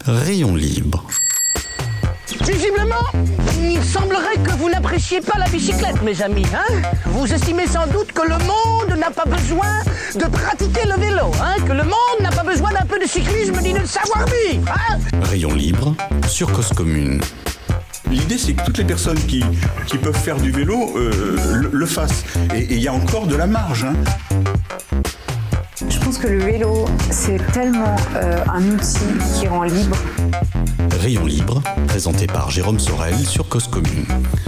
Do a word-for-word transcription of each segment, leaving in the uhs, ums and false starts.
Rayon libre. Visiblement, il semblerait que vous n'appréciez pas la bicyclette, mes amis. Hein? Vous estimez sans doute que le monde n'a pas besoin de pratiquer le vélo, hein? Que le monde n'a pas besoin d'un peu de cyclisme ni de savoir-vivre. Hein? Rayon libre sur Cause Commune. L'idée, c'est que toutes les personnes qui, qui peuvent faire du vélo euh, le, le fassent. Et il y a encore de la marge. Hein. Je pense que le vélo, c'est tellement euh, un outil qui rend libre. Rayon libre, présenté par Jérôme Sorel sur Cause Commune.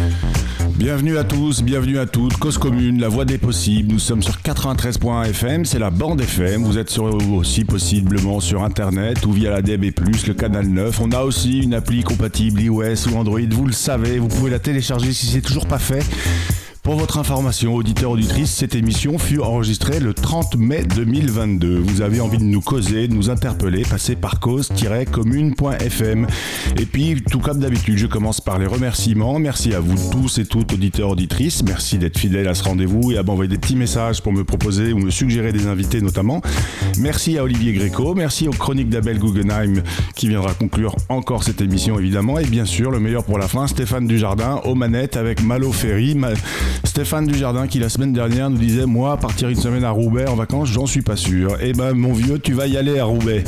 Bienvenue à tous, bienvenue à toutes, Cause Commune, la voix des possibles. Nous sommes sur quatre-vingt-treize point un F M, c'est la bande F M. Vous êtes sur, aussi possiblement sur Internet ou via la D A B plus, le canal neuf. On a aussi une appli compatible iOS ou Android, vous le savez, vous pouvez la télécharger si c'est toujours pas fait. Pour votre information, auditeurs, auditrices, cette émission fut enregistrée le trente mai deux mille vingt-deux. Vous avez envie de nous causer, de nous interpeller, passez par cause tiret commune point f m. Et puis, tout comme d'habitude, je commence par les remerciements. Merci à vous tous et toutes, auditeurs, auditrices. Merci d'être fidèles à ce rendez-vous et à m'envoyer des petits messages pour me proposer ou me suggérer des invités notamment. Merci à Olivier Gréco. Merci aux chroniques d'Abel Guggenheim qui viendra conclure encore cette émission, évidemment. Et bien sûr, le meilleur pour la fin, Stéphane Dujardin aux manettes avec Malo Ferry. Ma... Stéphane Dujardin qui la semaine dernière nous disait « Moi, partir une semaine à Roubaix en vacances, j'en suis pas sûr. » Eh ben mon vieux, tu vas y aller à Roubaix.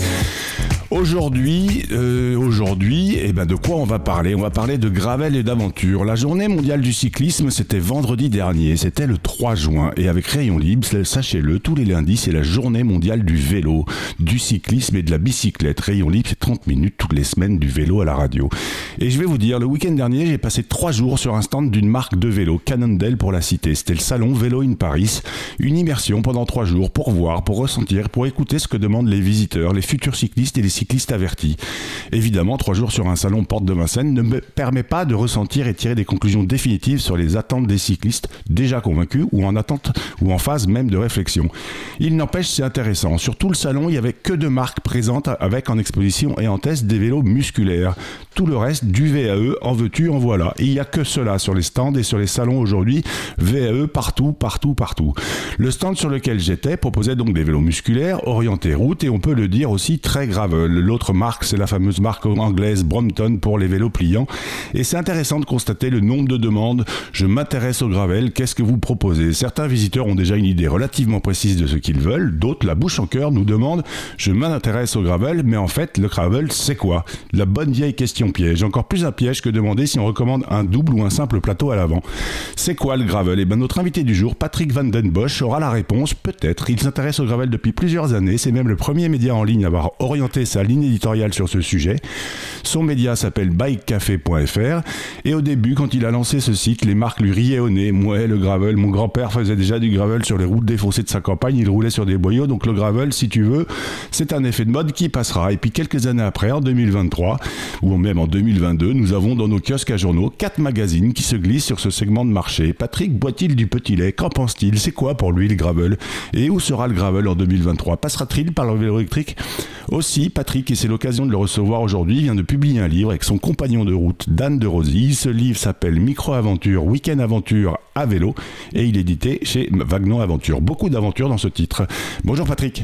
Aujourd'hui, euh, aujourd'hui, eh ben de quoi on va parler ? On va parler de gravel et d'aventure. La journée mondiale du cyclisme, c'était vendredi dernier, c'était le trois juin. Et avec Rayon Libre, sachez-le, tous les lundis, c'est la journée mondiale du vélo, du cyclisme et de la bicyclette. Rayon Libre, c'est trente minutes toutes les semaines du vélo à la radio. Et je vais vous dire, le week-end dernier, j'ai passé trois jours sur un stand d'une marque de vélo, Cannondale pour la citer. C'était le salon Vélo in Paris, une immersion pendant trois jours pour voir, pour ressentir, pour écouter ce que demandent les visiteurs, les futurs cyclistes et les cyclistes avertis. Évidemment, trois jours sur un salon porte de Vincennes ne me permet pas de ressentir et tirer des conclusions définitives sur les attentes des cyclistes déjà convaincus ou en attente ou en phase même de réflexion. Il n'empêche, c'est intéressant. Sur tout le salon, il n'y avait que deux marques présentes avec en exposition et en test des vélos musculaires. Tout le reste, du V A E, en veux-tu, en voilà. Et il n'y a que cela sur les stands et sur les salons aujourd'hui. V A E partout, partout, partout. Le stand sur lequel j'étais proposait donc des vélos musculaires, orientés route et on peut le dire aussi très gravel. L'autre marque, c'est la fameuse marque anglaise Brompton pour les vélos pliants. Et c'est intéressant de constater le nombre de demandes. Je m'intéresse au gravel, qu'est-ce que vous proposez ? Certains visiteurs ont déjà une idée relativement précise de ce qu'ils veulent. D'autres, la bouche en cœur, nous demandent « Je m'intéresse au gravel, mais en fait, le gravel, c'est quoi ?» La bonne vieille question piège. Encore plus un piège que demander si on recommande un double ou un simple plateau à l'avant. C'est quoi le gravel ? Et bien notre invité du jour, Patrick Van Den Bosch, aura la réponse, peut-être. Il s'intéresse au gravel depuis plusieurs années. C'est même le premier média en ligne à avoir orienté sa ligne éditoriale sur ce sujet. Son média s'appelle bike café point f r et au début, quand il a lancé ce site, les marques lui riaient au nez. Moi, le gravel, mon grand-père faisait déjà du gravel sur les routes défoncées de sa campagne, il roulait sur des boyaux, donc le gravel, si tu veux, c'est un effet de mode qui passera. Et puis quelques années après, en deux mille vingt-trois, ou même en deux mille vingt-deux, nous avons dans nos kiosques à journaux quatre magazines qui se glissent sur ce segment de marché. Patrick boit-il du petit lait ? Qu'en pense-t-il ? C'est quoi pour lui le gravel ? Et où sera le gravel en deux mille vingt-trois ? Passera-t-il par le vélo électrique ? Aussi, Patrick, et c'est l'occasion de le recevoir aujourd'hui, vient de publier un livre avec son compagnon de route, Dan de Rosy. Ce livre s'appelle Micro-aventure, Week-end aventure à vélo et il est édité chez Wagnon Aventure. Beaucoup d'aventures dans ce titre. Bonjour Patrick.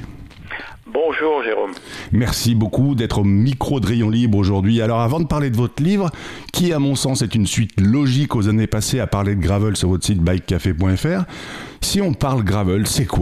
Bonjour Jérôme. Merci beaucoup d'être au micro de Rayon Libre aujourd'hui. Alors avant de parler de votre livre, qui à mon sens est une suite logique aux années passées à parler de gravel sur votre site bike café point f r, si on parle gravel, c'est quoi ?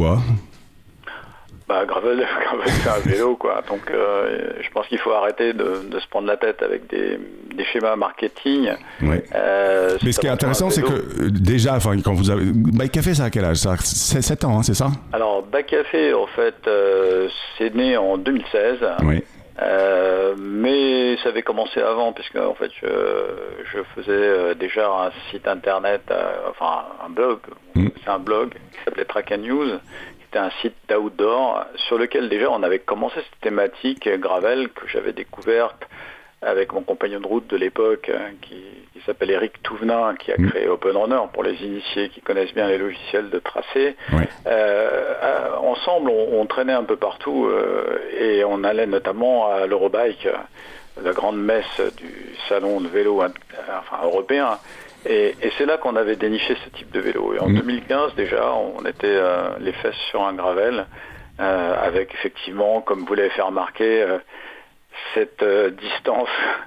Bah, gravel, gravel c'est un vélo, quoi. Donc, euh, je pense qu'il faut arrêter de, de se prendre la tête avec des, des schémas marketing. Ouais. Euh, Mais ce qui est intéressant, c'est que déjà, enfin, quand vous avez Bike Café, ça a quel âge ? Ça, c'est sept ans, hein, c'est ça ? Alors, Bike Café, en fait, euh, c'est né en deux mille seize. Oui. Euh, mais ça avait commencé avant, puisque en fait, je, je faisais déjà un site internet, euh, enfin, un blog. Mm. C'est un blog qui s'appelait Track and News. C'était un site d'outdoor sur lequel déjà on avait commencé cette thématique gravel que j'avais découverte avec mon compagnon de route de l'époque qui, qui s'appelle Eric Touvenin, qui a créé Open Runner pour les initiés qui connaissent bien les logiciels de tracé. Oui. Euh, euh, ensemble, on, on traînait un peu partout euh, et on allait notamment à l'Eurobike, la grande messe du salon de vélo enfin, européen. Et, et c'est là qu'on avait déniché ce type de vélo. Et en mmh. deux mille quinze déjà, on était euh, les fesses sur un gravel, euh, avec effectivement, comme vous l'avez fait remarquer, euh, cette euh, distance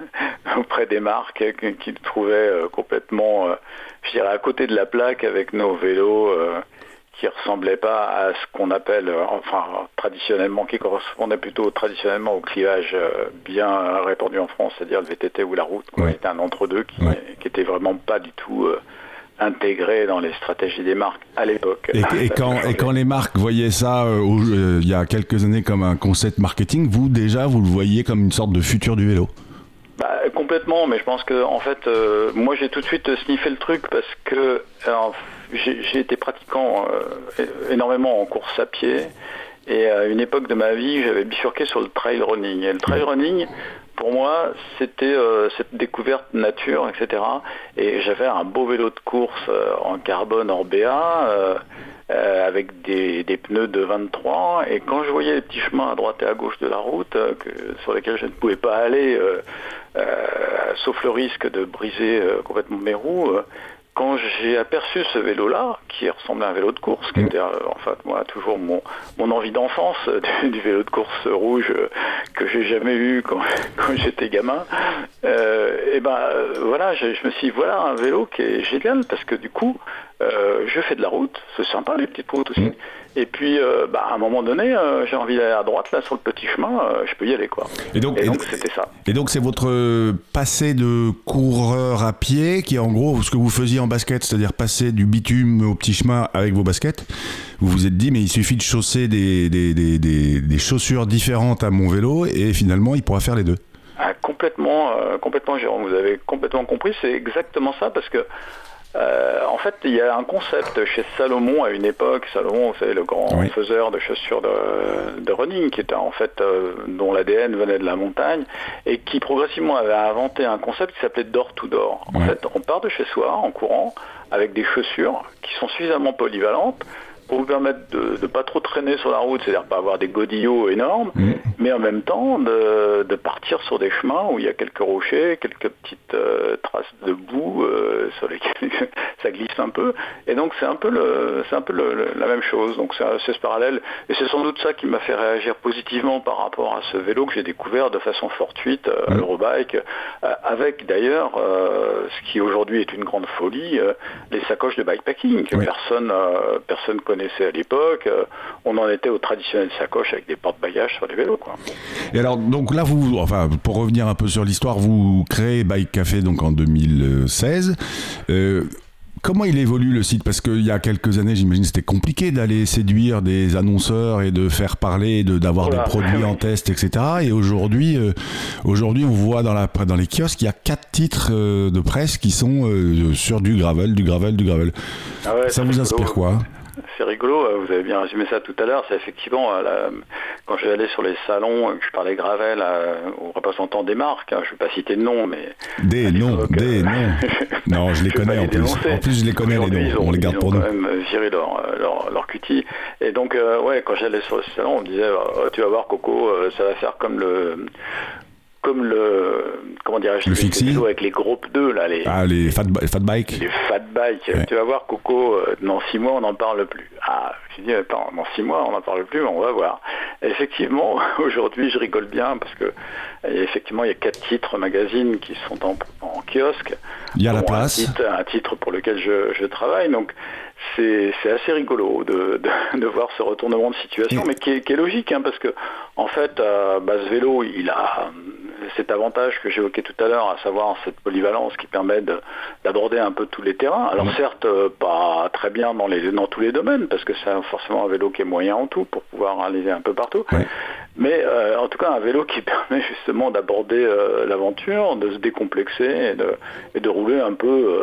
auprès des marques qu'ils trouvaient euh, complètement, euh, je dirais, à côté de la plaque avec nos vélos euh, qui ressemblaient pas à ce qu'on appelle, euh, enfin traditionnellement, qui correspondait plutôt traditionnellement au clivage euh, bien répandu en France, c'est-à-dire le V T T ou la route. Ouais. C'était un entre-deux qui, ouais. qui était vraiment pas du tout euh, intégré dans les stratégies des marques à l'époque. Et, et, quand, et quand les marques voyaient ça euh, au, euh, il y a quelques années comme un concept marketing, vous déjà vous le voyez comme une sorte de futur du vélo? Bah, complètement, mais je pense que en fait, euh, moi j'ai tout de suite sniffé le truc parce que alors, j'ai, j'ai été pratiquant euh, énormément en course à pied et à une époque de ma vie, j'avais bifurqué sur le trail running. Et le trail running, pour moi, c'était euh, cette découverte nature, et cetera. Et j'avais un beau vélo de course euh, en carbone Orbea, euh, euh, avec des, des pneus de vingt-trois. Et quand je voyais les petits chemins à droite et à gauche de la route, euh, que, sur lesquels je ne pouvais pas aller, euh, euh, sauf le risque de briser euh, complètement mes roues, euh, quand j'ai aperçu ce vélo-là, qui ressemblait à un vélo de course, qui était, euh, en fait, moi, toujours mon, mon envie d'enfance, euh, du, du vélo de course rouge euh, que j'ai jamais eu quand, quand j'étais gamin, euh, et ben euh, voilà, je, je me suis dit, voilà un vélo qui est génial, parce que du coup, euh, je fais de la route, c'est sympa les petites routes aussi, mmh. et puis euh, bah, à un moment donné, euh, j'ai envie d'aller à droite, là, sur le petit chemin, euh, je peux y aller, quoi. Et donc, et donc et, c'était ça. Et donc c'est votre passé de coureur à pied, qui est en gros ce que vous faisiez en basket, c'est-à-dire passer du bitume au petit chemin avec vos baskets. Vous vous êtes dit, mais il suffit de chausser des, des, des, des, des chaussures différentes à mon vélo, et finalement, il pourra faire les deux. Ah, complètement, euh, complètement, Jérôme, vous avez complètement compris, c'est exactement ça, parce que Euh, en fait, il y a un concept chez Salomon à une époque. Salomon, vous savez, le grand oui. faiseur de chaussures de, de running, qui était en fait euh, dont l'A D N venait de la montagne, et qui progressivement avait inventé un concept qui s'appelait door to door. En oui. fait, on part de chez soi en courant avec des chaussures qui sont suffisamment polyvalentes pour vous permettre de ne pas trop traîner sur la route, c'est-à-dire pas avoir des godillots énormes, mmh. mais en même temps de, de partir sur des chemins où il y a quelques rochers, quelques petites euh, traces de boue euh, sur lesquelles ça glisse un peu. Et donc c'est un peu, le, c'est un peu le, le, la même chose. Donc c'est, c'est ce parallèle. Et c'est sans doute ça qui m'a fait réagir positivement par rapport à ce vélo que j'ai découvert de façon fortuite euh, à mmh. l'Eurobike, euh, avec d'ailleurs euh, ce qui aujourd'hui est une grande folie, euh, les sacoches de bikepacking que oui. personne, euh, personne connaissait à l'époque. Euh, on en était aux traditionnelles sacoches avec des porte-bagages sur les vélos, quoi. Et alors, donc là, vous, enfin, pour revenir un peu sur l'histoire, vous créez Bike Café donc en deux mille seize. Euh, Comment il évolue le site? Parce qu'il y a quelques années, j'imagine, c'était compliqué d'aller séduire des annonceurs et de faire parler, de, d'avoir voilà. des produits en test, et cetera. Et aujourd'hui, euh, aujourd'hui, on voit dans, la, dans les kiosques, il y a quatre titres euh, de presse qui sont euh, sur du gravel, du gravel, du gravel. Ah ouais, ça vous inspire rigolo. Quoi? C'est rigolo, vous avez bien résumé ça tout à l'heure. C'est effectivement, là, quand je vais aller sur les salons, que je parlais gravel à, aux représentants des marques, hein, je ne vais pas citer de nom, mais... Des noms, des noms. Non, je les je connais en plus. Dénoncer. En plus, je les connais, les noms. On les garde pour nous. Ils ont quand même viré leur, leur, leur cutie. Et donc, euh, ouais, quand j'allais sur les salons, on me disait, oh, tu vas voir, Coco, ça va faire comme le... comme le, comment dirais-je, le fixie avec les gros pneus, là, les, ah, les fat, fat bikes. Les fat bikes. Ouais. Tu vas voir, Coco, dans six mois, on n'en parle plus. Ah, je dis, attends, dans six mois, on n'en parle plus, mais on va voir. Et effectivement, aujourd'hui, je rigole bien, parce que, effectivement, il y a quatre titres magazines qui sont en, en kiosque. Il y a bon, la place. Un titre, un titre pour lequel je, je travaille, donc c'est, c'est assez rigolo de, de, de voir ce retournement de situation, et... mais qui est, qui est logique, hein, parce que, en fait, euh, bah, ce vélo, il a cet avantage que j'évoquais tout à l'heure, à savoir cette polyvalence qui permet de, d'aborder un peu tous les terrains. Alors mmh. certes, euh, pas très bien dans, les, dans tous les domaines, parce que c'est forcément un vélo qui est moyen en tout pour pouvoir aller un peu partout. Ouais. Mais euh, en tout cas, un vélo qui permet justement d'aborder euh, l'aventure, de se décomplexer et de, et de rouler un peu euh,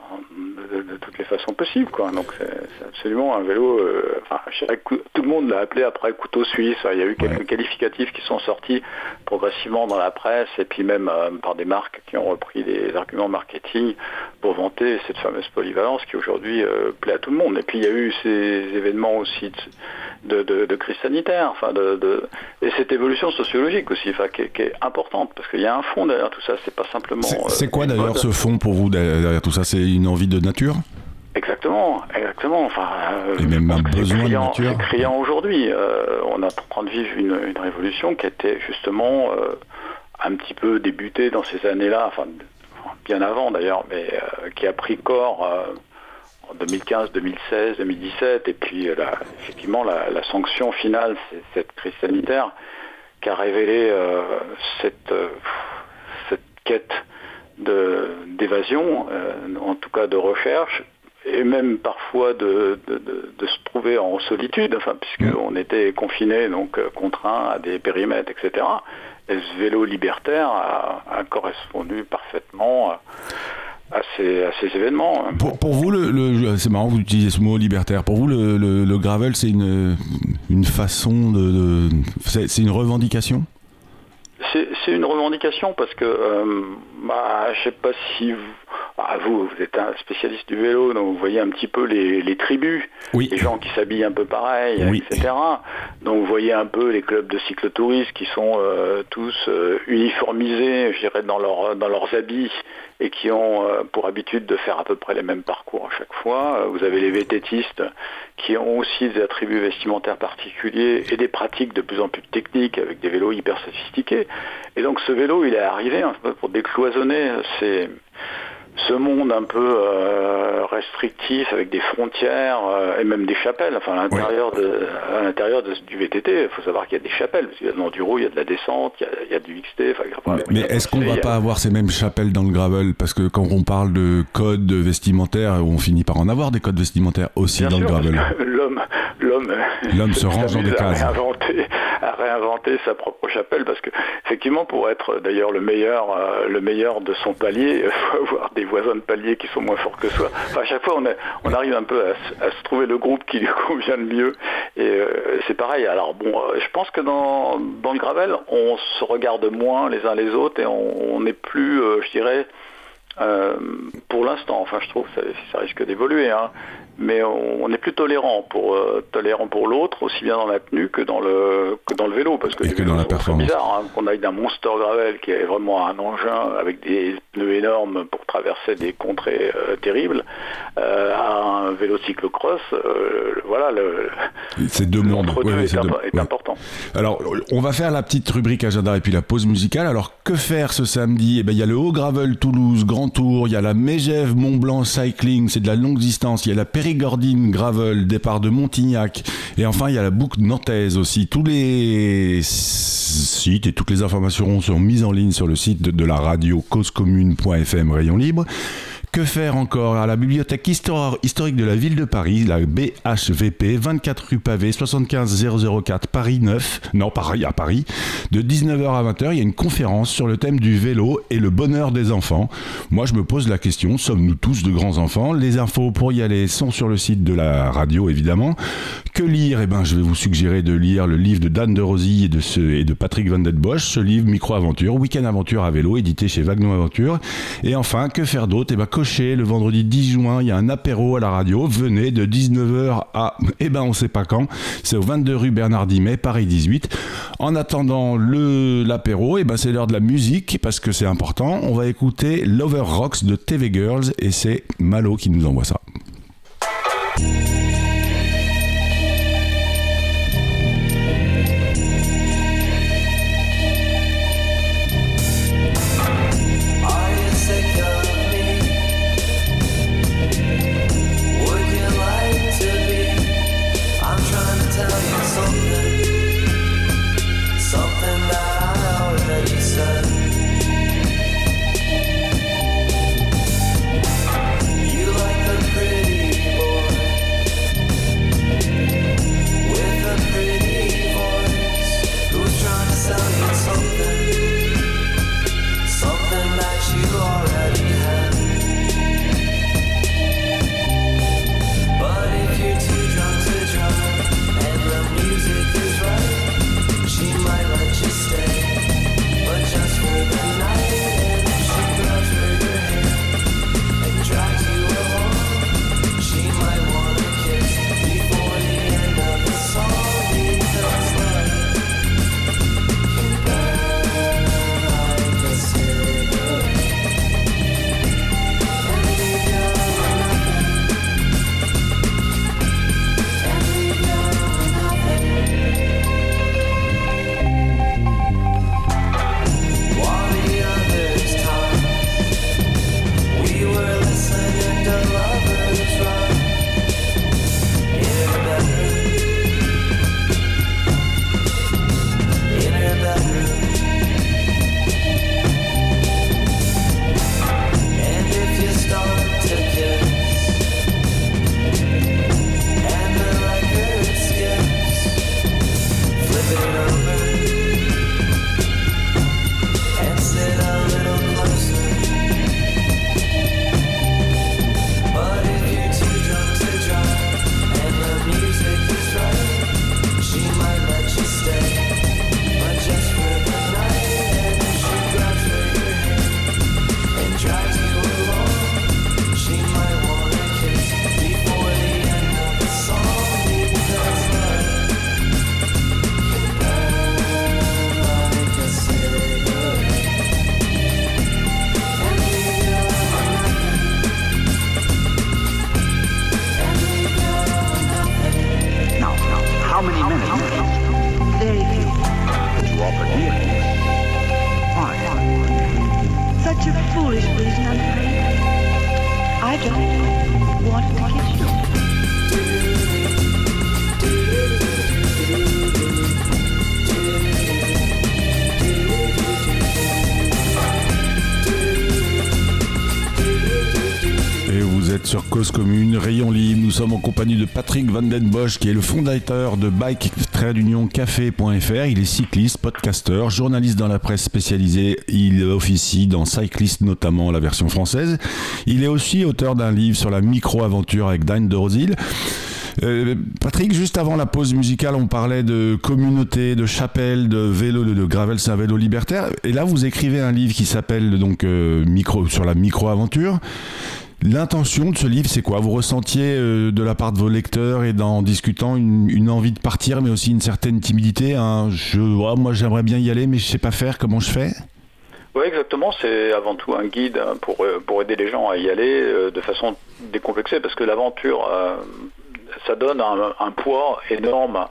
de, de, de toutes les façons possibles, quoi. Donc c'est, c'est absolument un vélo... Euh, enfin, je dirais que tout le monde l'a appelé après couteau suisse. Il y a eu quelques ouais. qualificatifs qui sont sortis progressivement dans la presse et puis même euh, par des marques qui ont repris des arguments marketing pour vanter cette fameuse polyvalence qui aujourd'hui euh, plaît à tout le monde. Et puis il y a eu ces événements aussi de, de, de crise sanitaire, enfin de, de et cette évolution sociologique aussi, enfin qui est, qui est importante parce qu'il y a un fond derrière tout ça. C'est pas simplement. C'est, c'est quoi euh, d'ailleurs mode. Ce fond pour vous derrière tout ça? C'est une envie de nature? Exactement, exactement. Enfin, euh, et même un besoin criant, de nature. C'est criant aujourd'hui. Euh, on est en train de vivre une, une révolution qui était justement euh, un petit peu débuté dans ces années-là, enfin bien avant d'ailleurs, mais euh, qui a pris corps euh, en deux mille quinze, deux mille seize, deux mille dix-sept, et puis euh, la, effectivement la, la sanction finale, c'est cette crise sanitaire qui a révélé euh, cette, euh, cette quête de, d'évasion, euh, en tout cas de recherche, et même parfois de, de, de, de se trouver en solitude, enfin, puisqu'on était confinés, donc euh, contraints à des périmètres, et cetera. Et ce vélo libertaire a, a correspondu parfaitement à, à, ces, à ces événements. Pour, pour vous, le, le, c'est marrant que vous utilisez ce mot libertaire, pour vous le, le, le gravel c'est une, une façon de... de c'est, c'est une revendication ? C'est, c'est une revendication parce que, euh, bah, je ne sais pas si vous, ah, vous, vous êtes un spécialiste du vélo, donc vous voyez un petit peu les, les tribus, oui. les gens qui s'habillent un peu pareil, oui. et cetera. Donc vous voyez un peu les clubs de cyclotourisme qui sont euh, tous euh, uniformisés, je dirais, dans, leur, dans leurs habits et qui ont euh, pour habitude de faire à peu près les mêmes parcours à chaque fois. Vous avez les vététistes qui ont aussi des attributs vestimentaires particuliers et des pratiques de plus en plus techniques avec des vélos hyper sophistiqués. Et donc ce vélo, il est arrivé un peu pour décloisonner ces, ce monde un peu euh, restrictif avec des frontières euh, et même des chapelles. Enfin, à l'intérieur, oui. de, à l'intérieur de, du V T T, il faut savoir qu'il y a des chapelles. Parce qu'il y a de l'enduro, il y a de la descente, il y a, il y a du X T. Enfin, mais mais est-ce qu'on ne va pas avoir ces mêmes chapelles dans le gravel ? Parce que quand on parle de codes vestimentaires, on finit par en avoir des codes vestimentaires aussi. Bien dans sûr, le gravel. L'homme, l'homme, l'homme se range dans des cases. À réinventer, à réinventer sa propre chapelle, parce que effectivement, pour être d'ailleurs le meilleur, euh, le meilleur de son palier, il faut avoir des voisins de palier qui sont moins forts que soi. Enfin, à chaque fois, on, a, on arrive un peu à, à se trouver le groupe qui lui convient le mieux. Et euh, c'est pareil. Alors bon, euh, je pense que dans, dans le gravel, on se regarde moins les uns les autres et on n'est plus, euh, je dirais, euh, pour l'instant, enfin je trouve que ça, ça risque d'évoluer, hein, mais on, on est plus tolérant pour euh, tolérant pour l'autre, aussi bien dans la tenue que dans le que dans le vélo, parce que, et que dans la performance. C'est bizarre hein, qu'on aille d'un Monster Gravel qui est vraiment un engin avec des pneus énormes pour traverser des contrées euh, terribles, euh, à un vélo cyclocross. Euh, voilà, le, c'est deux mondes. Oui, oui, est, c'est imp- deux... est ouais. important. Alors, on va faire la petite rubrique agenda et puis la pause musicale. Alors, que faire ce samedi ? Eh ben, il y a le Haut Gravel Toulouse Grand Tour, il y a la Megève Mont Blanc Cycling, c'est de la longue distance, il y a la Périgordine Gravel, départ de Montignac, et enfin il y a la boucle nantaise aussi. Tous les sites et toutes les informations sont mises en ligne sur le site de, de la radio cause commune point f m rayon libre. Que faire encore ? À la bibliothèque histoire, historique de la ville de Paris, la B H V P, vingt-quatre rue Pavé, soixante-quinze zéro zéro quatre, Paris neuf, non, Paris, à Paris, de dix-neuf heures à vingt heures, il y a une conférence sur le thème du vélo et le bonheur des enfants. Moi, je me pose la question, sommes-nous tous de grands enfants ? Les infos pour y aller sont sur le site de la radio, évidemment. Que lire ? Eh ben, je vais vous suggérer de lire le livre de Dan de Rosy et de, ce, et de Patrick Van Den Bosch, ce livre Micro-aventure, Week-end aventure à vélo, édité chez Wagnon Aventure. Et enfin, que faire d'autre ? Eh ben, le vendredi dix juin, il y a un apéro à la radio. Venez de dix-neuf heures à, eh ben on sait pas quand, c'est au vingt-deux rue Bernard Dimet, Paris dix-huit. En attendant le, l'apéro, eh ben c'est l'heure de la musique, parce que c'est important. On va écouter Lover Rocks de T V Girls, et c'est Malo qui nous envoie ça. You like the pretty boy Don't want to kiss you. Et vous êtes sur Cause Commune, Rayon Libre. Nous sommes en compagnie de Patrick Van Den Bosch, qui est le fondateur de bike tiret union café point f r. Il est cycliste, podcasteur, journaliste dans la presse spécialisée. Il officie dans Cyclist, notamment la version française. Il est aussi auteur d'un livre sur la micro-aventure avec Dine de Rosil. Euh, Patrick, juste avant la pause musicale, on parlait de communauté, de chapelle, de vélo, de, de gravel, c'est un vélo libertaire. Et là, vous écrivez un livre qui s'appelle donc euh, micro, sur la micro-aventure. L'intention de ce livre, c'est quoi ? Vous ressentiez euh, de la part de vos lecteurs et en discutant une, une envie de partir, mais aussi une certaine timidité. Hein, je, ouais, moi, j'aimerais bien y aller, mais je sais pas faire. Comment je fais ? Oui, exactement. C'est avant tout un guide pour pour aider les gens à y aller euh, de façon décomplexée, parce que l'aventure, euh, ça donne un, un poids énorme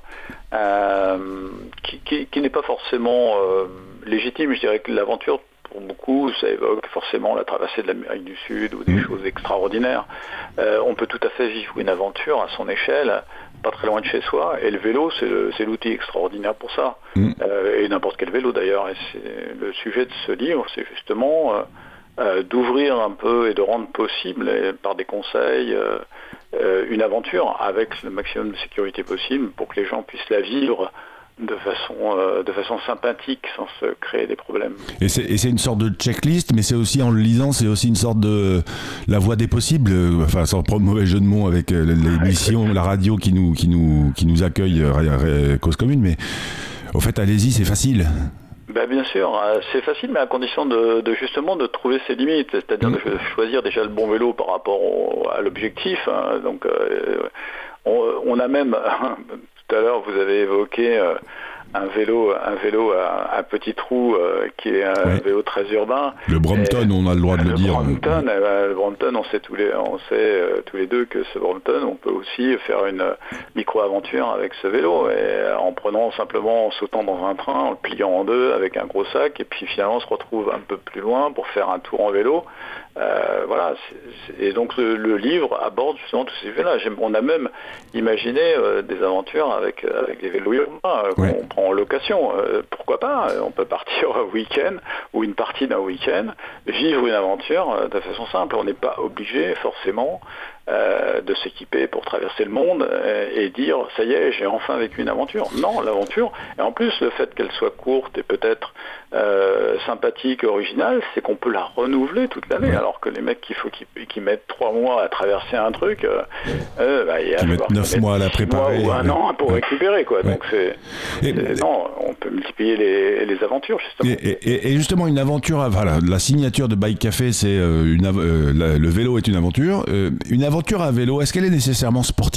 euh, qui, qui, qui n'est pas forcément euh, légitime. Je dirais que l'aventure, pour beaucoup, ça évoque forcément la traversée de l'Amérique du Sud ou des mmh. choses extraordinaires. Euh, on peut tout à fait vivre une aventure à son échelle, pas très loin de chez soi, et le vélo, c'est, le, c'est l'outil extraordinaire pour ça. Mmh. Euh, et n'importe quel vélo d'ailleurs. Et c'est le sujet de ce livre, c'est justement euh, euh, d'ouvrir un peu et de rendre possible, et, par des conseils, euh, euh, une aventure avec le maximum de sécurité possible pour que les gens puissent la vivre de façon, euh, de façon sympathique, sans se créer des problèmes. Et c'est, et c'est une sorte de checklist, mais c'est aussi, en le lisant, c'est aussi une sorte de la voie des possibles, enfin sans prendre mauvais jeu de mots avec l'émission, la radio qui nous, qui nous, qui nous accueille, euh, Cause Commune, mais au fait, allez-y, c'est facile. Ben bien sûr, c'est facile, mais à condition de, de justement de trouver ses limites, c'est-à-dire mmh. de choisir déjà le bon vélo par rapport au, à l'objectif. Hein. Donc, euh, on, on a même... Tout à l'heure, vous avez évoqué euh, un vélo, un vélo à, à petit trou euh, qui est un oui. vélo très urbain. Le Brompton, et, on a le droit de le, le dire. Brompton, euh, le Brompton, on sait tous les, on sait euh, tous les deux que ce Brompton, on peut aussi faire une euh, micro-aventure avec ce vélo, et euh, en prenant simplement, en sautant dans un train, en le pliant en deux avec un gros sac, et puis finalement on se retrouve un peu plus loin pour faire un tour en vélo. Euh, voilà, c'est, c'est, et donc le, le livre aborde justement tous ces vélos-là. J'aime, on a même imaginé euh, des aventures avec, euh, avec des vélos urbains euh, ouais. qu'on prend en location. Euh, pourquoi pas ? On peut partir un week-end ou une partie d'un week-end, vivre une aventure euh, de façon simple. On n'est pas obligé forcément euh, de s'équiper pour traverser le monde euh, et dire ça y est, j'ai enfin vécu une aventure. Non, l'aventure, et en plus le fait qu'elle soit courte et peut-être euh, sympathique, originale, c'est qu'on peut la renouveler toute l'année. Ouais. Alors que les mecs qu'il faut qu'ils, qu'ils mettent trois mois à traverser un truc, euh, euh, bah, il y a neuf mois à la préparer, ou un ouais. an pour ouais. récupérer quoi. Ouais. Donc c'est, et, c'est non, on peut multiplier les, les aventures justement. Et, et, et justement une aventure, voilà, la signature de Bike Café, c'est euh, une, euh, la, le vélo est une aventure. Euh, une aventure à vélo, est-ce qu'elle est nécessairement sportive ?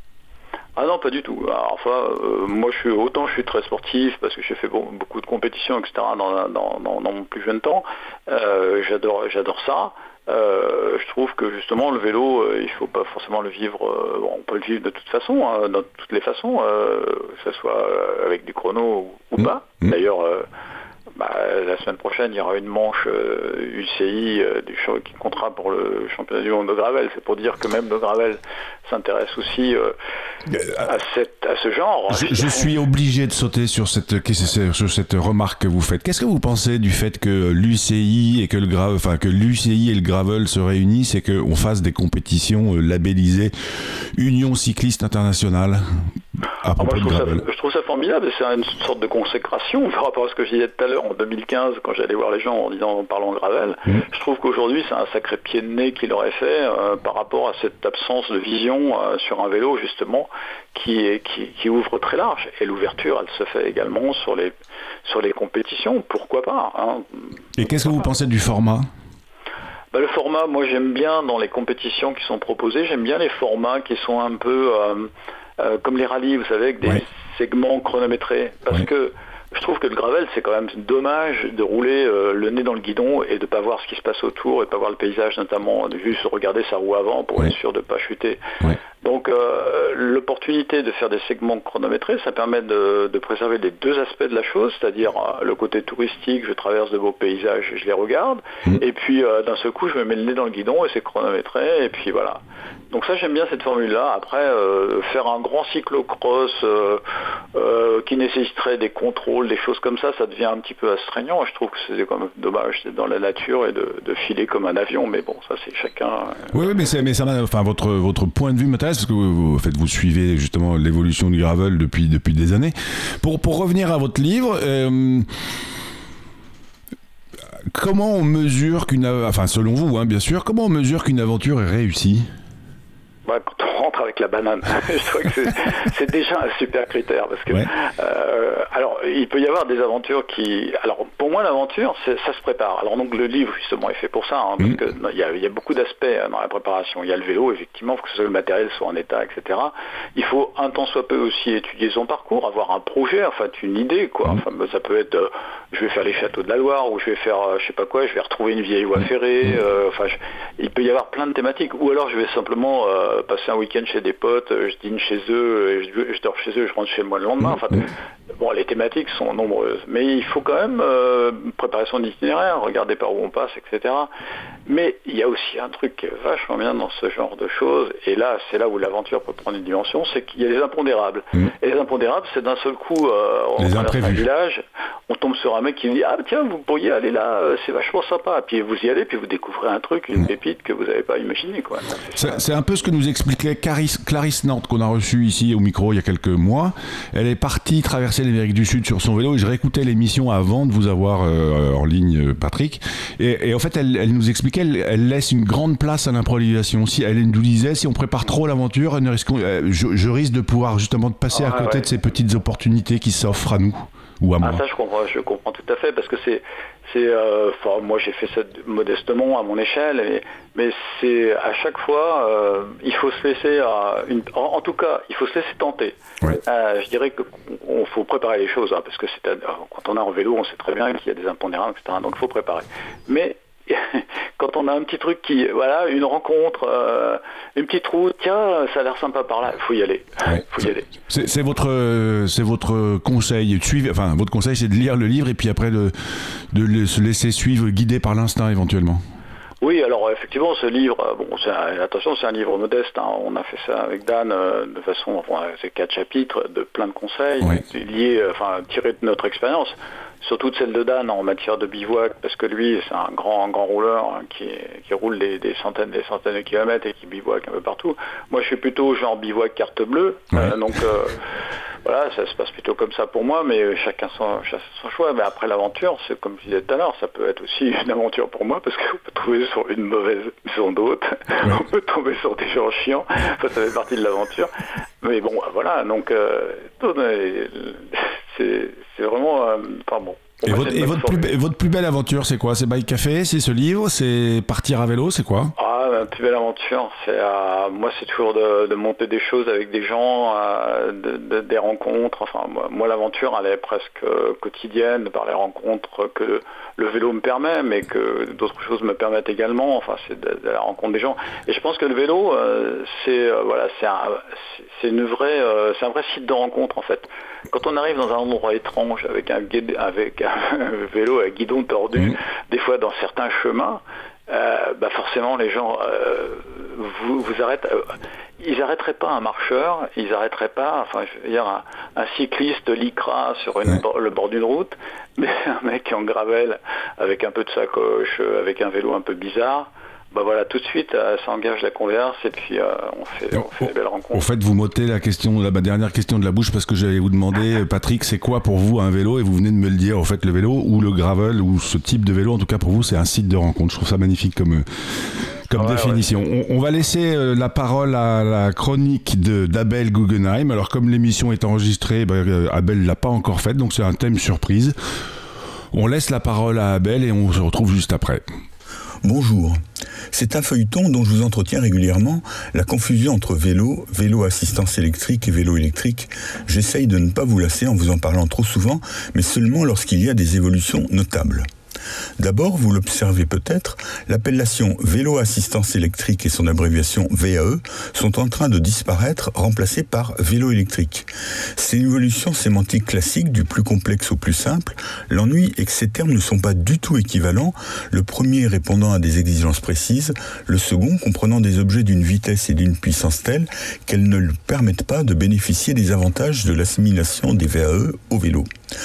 Ah non, pas du tout. Alors, enfin, euh, moi, je suis autant je suis très sportif parce que j'ai fait bon, beaucoup de compétitions, et cetera. Dans, dans, dans, dans mon plus jeune temps. Euh, j'adore, j'adore ça. Euh, je trouve que justement le vélo, euh, il faut pas forcément le vivre. Euh, bon, on peut le vivre de toute façon, hein, de toutes les façons, euh, que ce soit avec du chrono ou, ou mmh. pas. Mmh. D'ailleurs. Euh, Bah, la semaine prochaine, il y aura une manche euh, U C I euh, du show qui comptera pour le championnat du monde de gravel. C'est pour dire que même le gravel s'intéresse aussi euh, à, cette, à ce genre. Je, je suis obligé de sauter sur cette, sur cette remarque que vous faites. Qu'est-ce que vous pensez du fait que l'U C I et que le gra... enfin, que l'U C I et le gravel se réunissent et qu'on fasse des compétitions labellisées Union cycliste internationale? Ah, moi, je, trouve ça, je trouve ça formidable, c'est une sorte de consécration par rapport à ce que je disais tout à l'heure en deux mille quinze quand j'allais voir les gens en disant en parlant gravel. Mmh. Je trouve qu'aujourd'hui c'est un sacré pied de nez qu'il aurait fait euh, par rapport à cette absence de vision euh, sur un vélo justement qui, est, qui, qui ouvre très large, et l'ouverture elle se fait également sur les, sur les compétitions, pourquoi pas hein. Et qu'est-ce que vous pensez du format ? Bah, le format, moi j'aime bien dans les compétitions qui sont proposées, j'aime bien les formats qui sont un peu euh, euh, comme les rallyes, vous savez, avec des ouais. segments chronométrés. Parce ouais. que je trouve que le gravel, c'est quand même dommage de rouler euh, le nez dans le guidon et de ne pas voir ce qui se passe autour et de ne pas voir le paysage, notamment de juste regarder sa roue avant pour ouais. être sûr de ne pas chuter. Ouais. Donc euh, l'opportunité de faire des segments chronométrés, ça permet de, de préserver les deux aspects de la chose, c'est-à-dire euh, le côté touristique, je traverse de beaux paysages et je les regarde, mmh. et puis euh, d'un seul coup je me mets le nez dans le guidon et c'est chronométré, et puis voilà. Donc ça j'aime bien cette formule-là. Après, euh, faire un grand cyclocross euh, euh, qui nécessiterait des contrôles, des choses comme ça, ça devient un petit peu astreignant. Je trouve que c'est quand même dommage d'être dans la nature et de, de filer comme un avion, mais bon, ça c'est chacun. Oui, oui, mais, c'est, mais ça m'a, enfin, votre, votre point de vue m'intéresse, parce que vous, en fait, vous suivez justement l'évolution du gravel depuis, depuis des années. Pour, pour revenir à votre livre... Euh, comment on mesure qu'une... Enfin, selon vous, hein, bien sûr, comment on mesure qu'une aventure est réussie ? Bah, quand on rentre avec la banane, je trouve que c'est, c'est déjà un super critère parce que ouais. euh, alors il peut y avoir des aventures qui, alors pour moi l'aventure c'est, ça se prépare. Alors donc le livre justement est fait pour ça, hein, parce mmh. que il y a, y a beaucoup d'aspects dans la préparation. Il y a le vélo effectivement, faut que ce soit le matériel soit en état, et cetera. Il faut un temps soit peu aussi étudier son parcours, avoir un projet, enfin une idée quoi. Enfin ça peut être euh, je vais faire les châteaux de la Loire ou je vais faire euh, je sais pas quoi, je vais retrouver une vieille voie ferrée. Euh, enfin je, il peut y avoir plein de thématiques. Ou alors je vais simplement euh, passer un week-end chez des potes, je dîne chez eux, je, je dors chez eux, je rentre chez moi le lendemain. Enfin, bon, les thématiques sont nombreuses, mais il faut quand même euh, préparer son itinéraire, regarder par où on passe, et cetera. Mais il y a aussi un truc qui est vachement bien dans ce genre de choses, et là, c'est là où l'aventure peut prendre une dimension, c'est qu'il y a les impondérables. Mmh. Et les impondérables, c'est d'un seul coup, euh, on traverse un village, on tombe sur un mec qui nous dit « Ah tiens, vous pourriez aller là, c'est vachement sympa », puis vous y allez, puis vous découvrez un truc, une mmh. pépite que vous n'avez pas imaginé, quoi. C'est, c'est, c'est un peu ce que nous expliquait Clarisse, Clarisse Nantes, qu'on a reçue ici au micro il y a quelques mois. Elle est partie traverser l'Amérique du Sud sur son vélo, et je réécoutais l'émission avant de vous avoir euh, en ligne, Patrick, et, et en fait elle, elle nous expliquait, elle, elle laisse une grande place à l'improvisation. Si elle nous disait, si on prépare trop l'aventure, je, je risque de pouvoir justement de passer ah, à côté ouais. de ces petites opportunités qui s'offrent à nous ou à moi. Ah, ça je comprends, je comprends tout à fait, parce que c'est C'est, euh, moi j'ai fait ça modestement à mon échelle, et, mais c'est à chaque fois, euh, il faut se laisser, euh, une, en, en tout cas, il faut se laisser tenter. Ouais. Euh, je dirais qu'il faut préparer les choses, hein, parce que c'est, quand on est en vélo, on sait très bien qu'il y a des impondérables, et cetera. Donc il faut préparer. Mais quand on a un petit truc qui, voilà, une rencontre, euh, une petite route, tiens, ça a l'air sympa par là, il faut y aller. Ouais. faut y aller. C'est, c'est votre, c'est votre conseil. Suivre, enfin, votre conseil, c'est de lire le livre et puis après de, de se laisser suivre, guider par l'instinct éventuellement. Oui, alors effectivement, ce livre, bon, c'est un, attention, c'est un livre modeste. Hein, on a fait ça avec Dan euh, de façon, enfin, c'est quatre chapitres de plein de conseils ouais. liés, enfin, tirés de notre expérience. Surtout de celle de Dan en matière de bivouac, parce que lui, c'est un grand, un grand rouleur hein, qui, qui roule des, des centaines, des centaines de kilomètres et qui bivouac un peu partout. Moi, je suis plutôt genre bivouac carte bleue, ouais. euh, donc euh, voilà, ça se passe plutôt comme ça pour moi, mais chacun son, chacun son choix. Mais après l'aventure, c'est comme je disais tout à l'heure, ça peut être aussi une aventure pour moi, parce qu'on peut trouver sur une mauvaise maison d'hôte, ouais. on peut tomber sur des gens chiants, enfin, ça fait partie de l'aventure. Mais bon, voilà, donc euh, c'est, c'est vraiment, euh, enfin bon. Et, votre, et votre, plus, votre plus belle aventure, c'est quoi ? C'est Bike Café ? C'est ce livre ? C'est partir à vélo ? C'est quoi ? Ah, ma plus belle aventure, c'est euh, moi, c'est toujours de, de monter des choses avec des gens, euh, de, de, des rencontres. Enfin, moi, moi, l'aventure, elle est presque quotidienne par les rencontres que le vélo me permet, mais que d'autres choses me permettent également. Enfin, c'est de, de la rencontre des gens. Et je pense que le vélo, euh, c'est euh, voilà, c'est un, c'est une vraie, euh, c'est un vrai site de rencontre en fait. Quand on arrive dans un endroit étrange avec un guide, avec un vélo à guidon tordu, mmh. des fois dans certains chemins, euh, bah forcément les gens euh, vous, vous arrêtent. Euh, ils n'arrêteraient pas un marcheur, ils n'arrêteraient pas, enfin je veux dire un, un cycliste lycra sur une, mmh. le bord d'une route, mais un mec en gravel avec un peu de sacoche, avec un vélo un peu bizarre. Bah voilà, tout de suite, euh, ça engage la converse et puis euh, on fait, on fait des belles rencontres. En fait, vous m'ôtez la question, la dernière question de la bouche parce que j'allais vous demander, Patrick, c'est quoi pour vous un vélo ? Et vous venez de me le dire, en fait, le vélo ou le gravel ou ce type de vélo, en tout cas pour vous, c'est un site de rencontre. Je trouve ça magnifique comme, comme ouais, définition. Ouais. On, on va laisser euh, la parole à la chronique de, d'Abel Guggenheim. Alors, comme l'émission est enregistrée, bah, Abel ne l'a pas encore faite, donc c'est un thème surprise. On laisse la parole à Abel et on se retrouve juste après. Bonjour. C'est un feuilleton dont je vous entretiens régulièrement la confusion entre vélo, vélo assistance électrique et vélo électrique. J'essaye de ne pas vous lasser en vous en parlant trop souvent, mais seulement lorsqu'il y a des évolutions notables. D'abord, vous l'observez peut-être, l'appellation vélo assistance électrique et son abréviation V A E sont en train de disparaître, remplacées par vélo électrique. C'est une évolution sémantique classique du plus complexe au plus simple. L'ennui est que ces termes ne sont pas du tout équivalents, le premier répondant à des exigences précises, le second comprenant des objets d'une vitesse et d'une puissance telle qu'elles ne lui permettent pas de bénéficier des avantages de l'assimilation des V A E au vélo.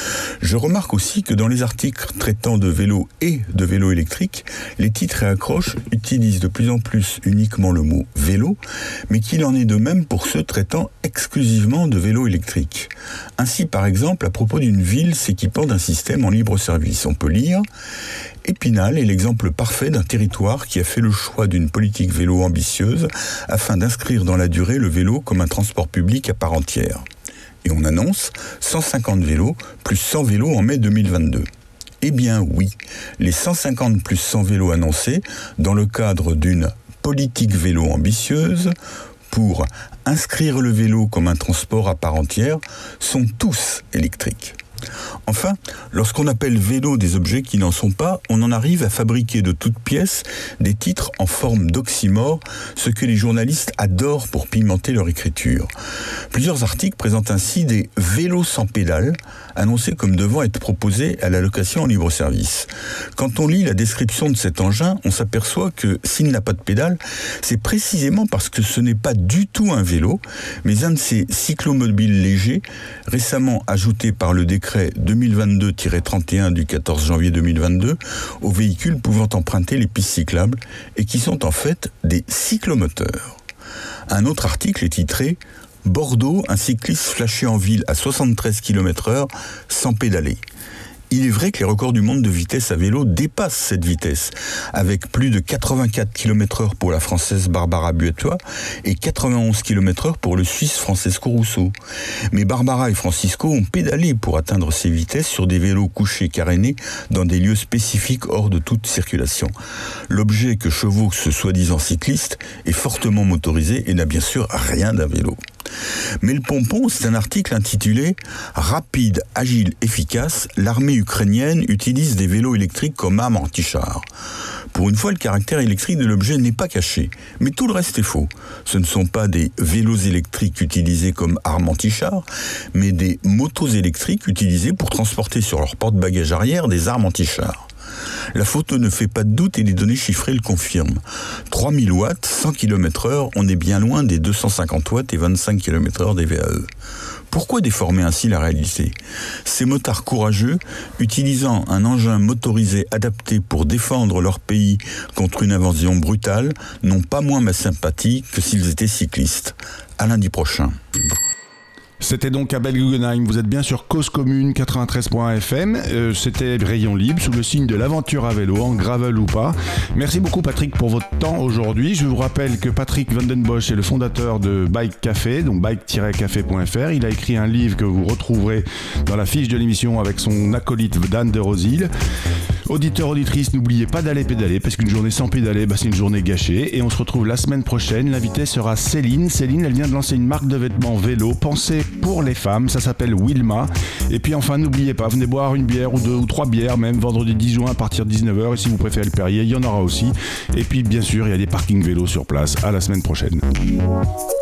Je remarque aussi que dans les articles traitant de vélo et de vélo électrique, les titres et accroches utilisent de plus en plus uniquement le mot vélo, mais qu'il en est de même pour ceux traitant exclusivement de vélo électrique. Ainsi, par exemple, à propos d'une ville s'équipant d'un système en libre service, on peut lire « Épinal est l'exemple parfait d'un territoire qui a fait le choix d'une politique vélo ambitieuse afin d'inscrire dans la durée le vélo comme un transport public à part entière. » Et on annonce cent cinquante vélos plus cent vélos en mai deux mille vingt-deux. Eh bien oui, les cent cinquante plus cent vélos annoncés dans le cadre d'une politique vélo ambitieuse pour inscrire le vélo comme un transport à part entière sont tous électriques. Enfin, lorsqu'on appelle vélo des objets qui n'en sont pas, on en arrive à fabriquer de toutes pièces des titres en forme d'oxymore, ce que les journalistes adorent pour pimenter leur écriture. Plusieurs articles présentent ainsi des vélos sans pédale, annoncés comme devant être proposés à la location en libre service. Quand on lit la description de cet engin, on s'aperçoit que s'il n'a pas de pédale, c'est précisément parce que ce n'est pas du tout un vélo, mais un de ces cyclomobiles légers, récemment ajouté par le décret deux mille vingt-deux tiret trente et un du quatorze janvier deux mille vingt-deux aux véhicules pouvant emprunter les pistes cyclables et qui sont en fait des cyclomoteurs. Un autre article est titré « Bordeaux, un cycliste flashé en ville à soixante-treize kilomètres heure sans pédaler ». Il est vrai que les records du monde de vitesse à vélo dépassent cette vitesse, avec plus de quatre-vingt-quatre kilomètres heure pour la Française Barbara Buetois et quatre-vingt-onze kilomètres heure pour le Suisse Francesco Russo. Mais Barbara et Francisco ont pédalé pour atteindre ces vitesses sur des vélos couchés carénés dans des lieux spécifiques hors de toute circulation. L'objet que chevauche ce soi-disant cycliste est fortement motorisé et n'a bien sûr rien d'un vélo. Mais le pompon, c'est un article intitulé « Rapide, agile, efficace, l'armée ukrainienne utilise des vélos électriques comme arme anti-char ». Pour une fois, le caractère électrique de l'objet n'est pas caché, mais tout le reste est faux. Ce ne sont pas des vélos électriques utilisés comme arme anti-char, mais des motos électriques utilisées pour transporter sur leur porte-bagages arrière des armes anti-char. La photo ne fait pas de doute et les données chiffrées le confirment. trois mille watts, cent kilomètres heure, on est bien loin des deux cent cinquante watts et vingt-cinq kilomètres heure des V A E. Pourquoi déformer ainsi la réalité ? Ces motards courageux, utilisant un engin motorisé adapté pour défendre leur pays contre une invasion brutale, n'ont pas moins ma sympathie que s'ils étaient cyclistes. À lundi prochain. C'était donc Abel Guggenheim, vous êtes bien sur Cause Commune quatre-vingt-treize point F M, euh, c'était Rayon Libre sous le signe de l'aventure à vélo, en gravel ou pas. Merci beaucoup Patrick pour votre temps aujourd'hui. Je vous rappelle que Patrick Vandenbosch est le fondateur de Bike Café, donc bike tiret café point f r. Il a écrit un livre que vous retrouverez dans la fiche de l'émission avec son acolyte Dan de Rosil. Auditeurs, auditrices, n'oubliez pas d'aller pédaler, parce qu'une journée sans pédaler, bah, c'est une journée gâchée. Et on se retrouve la semaine prochaine. L'invitée sera Céline. Céline, elle vient de lancer une marque de vêtements vélo pensée pour les femmes. Ça s'appelle Wilma. Et puis enfin, n'oubliez pas, venez boire une bière ou deux ou trois bières, même vendredi dix juin à partir de dix-neuf heures. Et si vous préférez le Perrier, il y en aura aussi. Et puis bien sûr, il y a des parkings vélos sur place. À la semaine prochaine.